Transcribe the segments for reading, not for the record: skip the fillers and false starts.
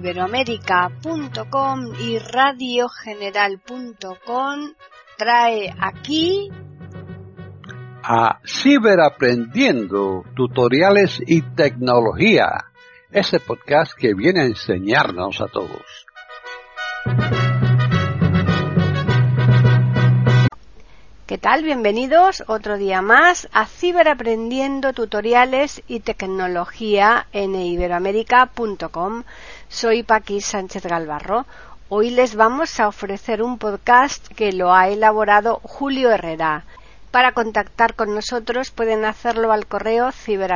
eiberoamerica.com y radiogeneral.com trae aquí a Ciberaprendiendo, tutoriales y tecnología, ese podcast que viene a enseñarnos a todos. ¿Qué tal? Bienvenidos otro día más a Ciberaprendiendo, tutoriales y tecnología en eiberoamerica.com. Soy Paqui Sánchez Galvarro. Hoy les vamos a ofrecer un podcast que lo ha elaborado Julio Herrera. Para contactar con nosotros pueden hacerlo al correo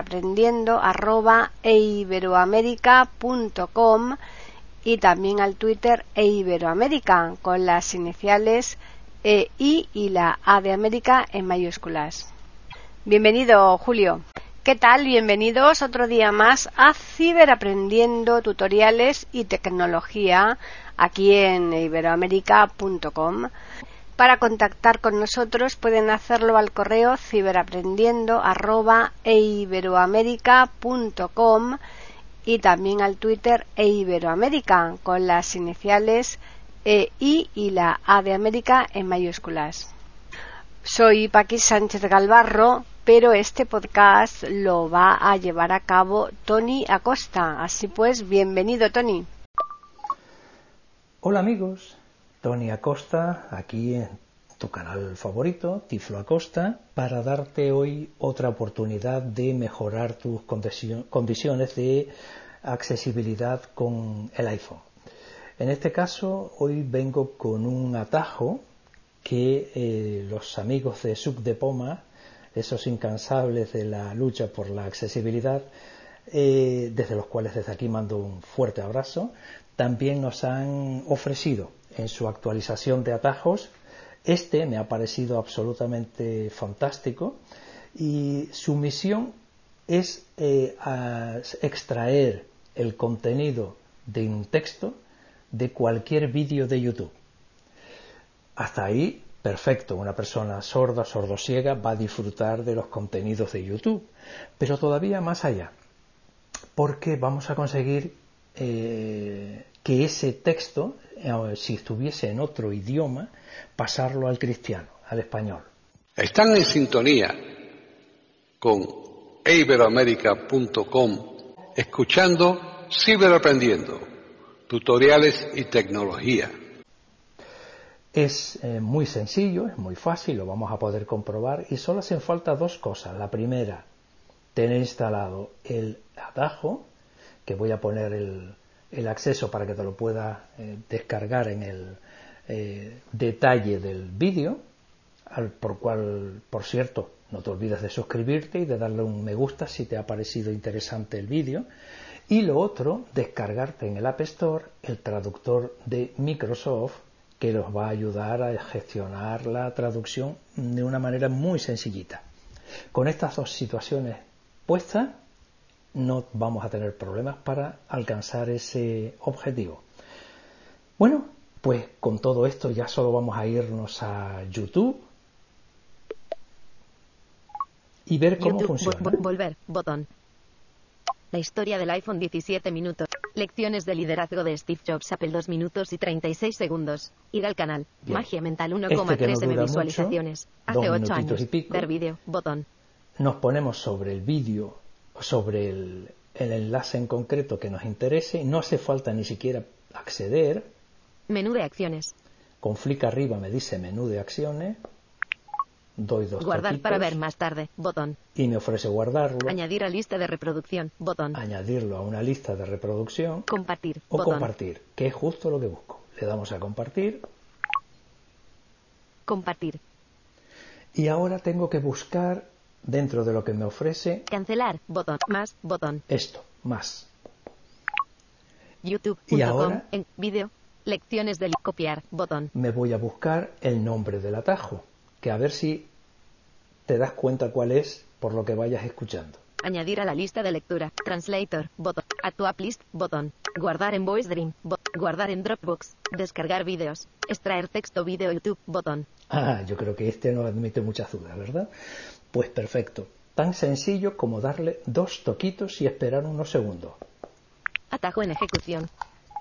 ciberaprendiendo@eiberoamerica.com y también al Twitter eiberoamerica con las iniciales I y la A de América en mayúsculas. Bienvenido, Julio. ¿Qué tal? Bienvenidos otro día más a Ciberaprendiendo, tutoriales y tecnología aquí en eiberoamerica.com. Para contactar con nosotros pueden hacerlo al correo ciberaprendiendo@eiberoamerica.com y también al Twitter eiberoamerica con las iniciales I y la A de América en mayúsculas. Soy Paqui Sánchez Galvarro, pero este podcast lo va a llevar a cabo Tony Acosta. Así pues, bienvenido, Tony. Hola amigos, Tony Acosta, aquí en tu canal favorito, Tiflo Acosta, para darte hoy otra oportunidad de mejorar tus condiciones de accesibilidad con el iPhone. En este caso, hoy vengo con un atajo que los amigos de Suc de Poma, esos incansables de la lucha por la accesibilidad, desde los cuales desde aquí mando un fuerte abrazo, también nos han ofrecido en su actualización de atajos. Este me ha parecido absolutamente fantástico y su misión es extraer el contenido de un texto de cualquier vídeo de YouTube. Hasta ahí, perfecto, una persona sorda, sordosiega va a disfrutar de los contenidos de YouTube, pero todavía más allá, porque vamos a conseguir que ese texto, si estuviese en otro idioma, pasarlo al cristiano, al español. Están en sintonía con eiberoamerica.com, escuchando Ciberaprendiendo, tutoriales y tecnología. Es muy sencillo, es muy fácil, lo vamos a poder comprobar y solo hacen falta dos cosas. La primera, tener instalado el atajo, que voy a poner el acceso para que te lo puedas descargar en el detalle del vídeo, por cual, por cierto, no te olvides de suscribirte y de darle un me gusta si te ha parecido interesante el vídeo. Y lo otro, descargarte en el App Store el traductor de Microsoft, que nos va a ayudar a gestionar la traducción de una manera muy sencillita. Con estas dos situaciones puestas, no vamos a tener problemas para alcanzar ese objetivo. Bueno, pues con todo esto ya solo vamos a irnos a YouTube y ver cómo funciona. Volver, botón. La historia del iPhone 17 minutos. Lecciones de liderazgo de Steve Jobs, Apple 2 minutos y 36 segundos. Ir al canal. Bien. Magia mental 1,3 M visualizaciones. Mucho, Hace 8 2 años. y pico. Ver vídeo, botón. Nos ponemos sobre el vídeo, sobre el enlace en concreto que nos interese. No hace falta ni siquiera acceder. Menú de acciones. Con flick arriba me dice menú de acciones. Doy dos Guardar toquitos, para ver más tarde, botón. y me ofrece guardarlo. Añadir a lista de reproducción, botón. Añadirlo a una lista de reproducción. Compartir, O botón. compartir, que es justo lo que busco. Le damos a compartir. Compartir. Y ahora tengo que buscar dentro de lo que me ofrece Cancelar, botón. Más, botón. esto, más. Y YouTube.com, ahora en vídeo. Lecciones de copiar, botón. me voy a buscar el nombre del atajo, que a ver si te das cuenta cuál es por lo que vayas escuchando. Añadir a la lista de lectura. Translator, botón. Add to app list, botón. Guardar en Voice Dream, guardar en Dropbox. Descargar vídeos. Extraer texto vídeo YouTube, botón. Yo creo que este no admite muchas dudas, ¿verdad? Pues perfecto. Tan sencillo como darle dos toquitos y esperar unos segundos. Atajo en ejecución.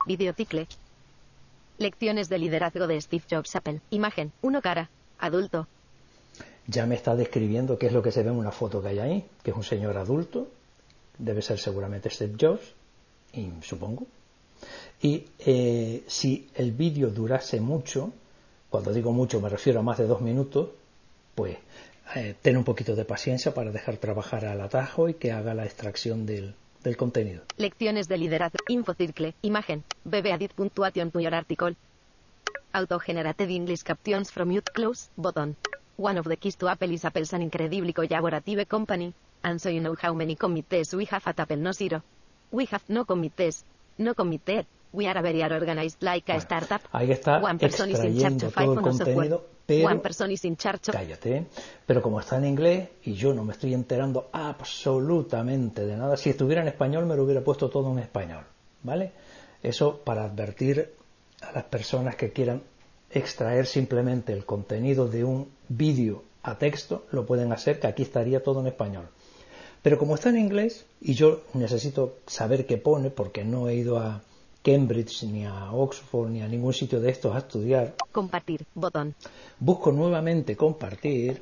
Videocicle. Lecciones de liderazgo de Steve Jobs Apple. Imagen. 1 cara. Adulto. Ya me está describiendo qué es lo que se ve en una foto que hay ahí, que es un señor adulto, debe ser seguramente Steve Jobs, y supongo. Y si el vídeo durase mucho, cuando digo mucho me refiero a más de 2 minutos, pues ten un poquito de paciencia para dejar trabajar al atajo y que haga la extracción del contenido. Lecciones de liderazgo. Infocircle. Imagen. BB Added Punctuation to your article. Auto-generated English captions from mute close button. One of the keys to Apple is Apple's an incredibly collaborative company. And so you know how many committees we have at Apple no zero. We have no committees. No committed. We are a very organized like a startup. Ahí está One person is in charge extrayendo of todo el iPhone o software. contenido, pero One person is in charge of... cállate, pero como está en inglés y yo no me estoy enterando absolutamente de nada, si estuviera en español me lo hubiera puesto todo en español, ¿vale? Eso para advertir a las personas que quieran extraer simplemente el contenido de un vídeo a texto, lo pueden hacer, que aquí estaría todo en español. Pero como está en inglés y yo necesito saber qué pone, porque no he ido a Cambridge, ni a Oxford, ni a ningún sitio de estos a estudiar. Compartir, botón. Busco nuevamente compartir.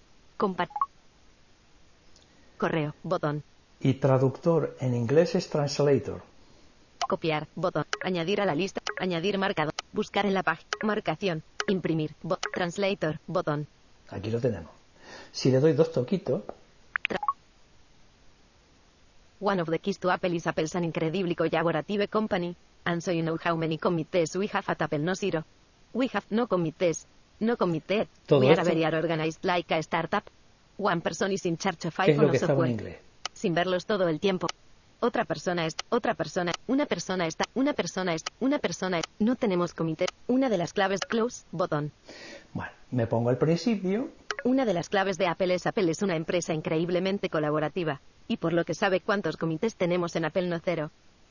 Correo, botón. Y traductor en inglés es translator. Copiar, botón. Añadir a la lista, añadir marcado. Buscar en la página, marcación, imprimir, translator, botón. Aquí lo tenemos. Si le doy 2 toquitos. One of the keys to Apple is Apple's an incredibly collaborative company, and so you know how many committees we have at Apple no zero. We have no committees. No committed. We are a very organized like a startup. One person is in charge of iPhone o software. Sin verlos todo el tiempo. Una persona es, no tenemos comité. Una de las claves close, botón. Bueno, me pongo al principio. Una de las claves de Apple es una empresa increíblemente colaborativa. Y por lo que sabe cuántos comités tenemos en Apple no cero.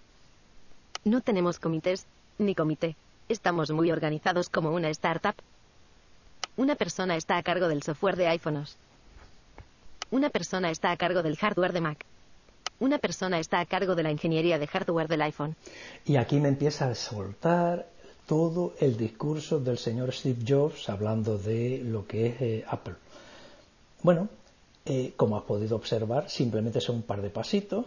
No tenemos comités, ni comité. Estamos muy organizados como una startup. Una persona está a cargo del software de iPhones. Una persona está a cargo del hardware de Mac. Una persona está a cargo de la ingeniería de hardware del iPhone. Y aquí me empieza a soltar todo el discurso del señor Steve Jobs hablando de lo que es Apple. Bueno, como has podido observar, simplemente son un par de pasitos.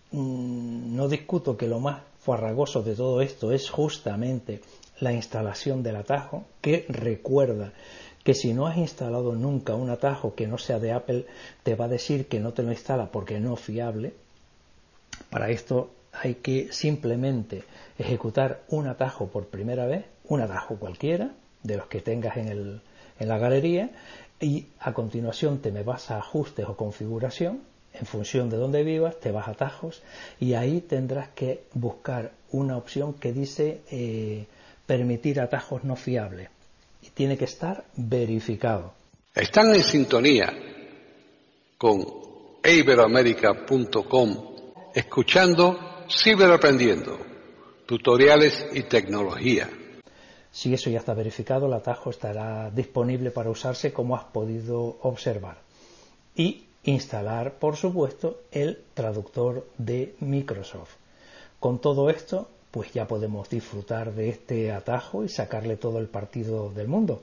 No discuto que lo más farragoso de todo esto es justamente la instalación del atajo, que recuerda que si no has instalado nunca un atajo que no sea de Apple, te va a decir que no te lo instala porque no es fiable. Para esto hay que simplemente ejecutar un atajo por primera vez, un atajo cualquiera, de los que tengas en la galería, y a continuación te me vas a ajustes o configuración, en función de dónde vivas, te vas a atajos, y ahí tendrás que buscar una opción que dice permitir atajos no fiables, y tiene que estar verificado. Están en sintonía con iberoamerica.com, escuchando Ciberaprendiendo, tutoriales y tecnología. Si eso ya está verificado, el atajo estará disponible para usarse, como has podido observar. Y instalar, por supuesto, el traductor de Microsoft. Con todo esto, pues ya podemos disfrutar de este atajo y sacarle todo el partido del mundo.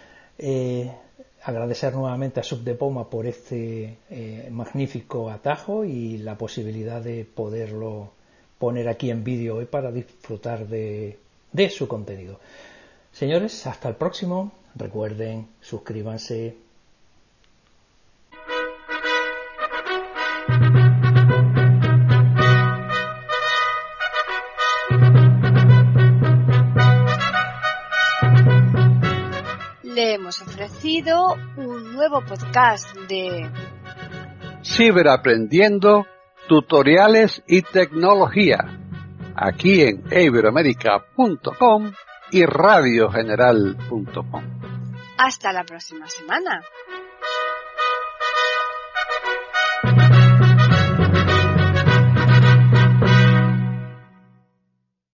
Agradecer nuevamente a Subdepoma por este magnífico atajo y la posibilidad de poderlo poner aquí en vídeo hoy para disfrutar de su contenido. Señores, hasta el próximo. Recuerden, suscríbanse. Le hemos ofrecido un nuevo podcast de Ciberaprendiendo, tutoriales y tecnología, aquí en iberoamerica.com y radiogeneral.com. Hasta la próxima semana.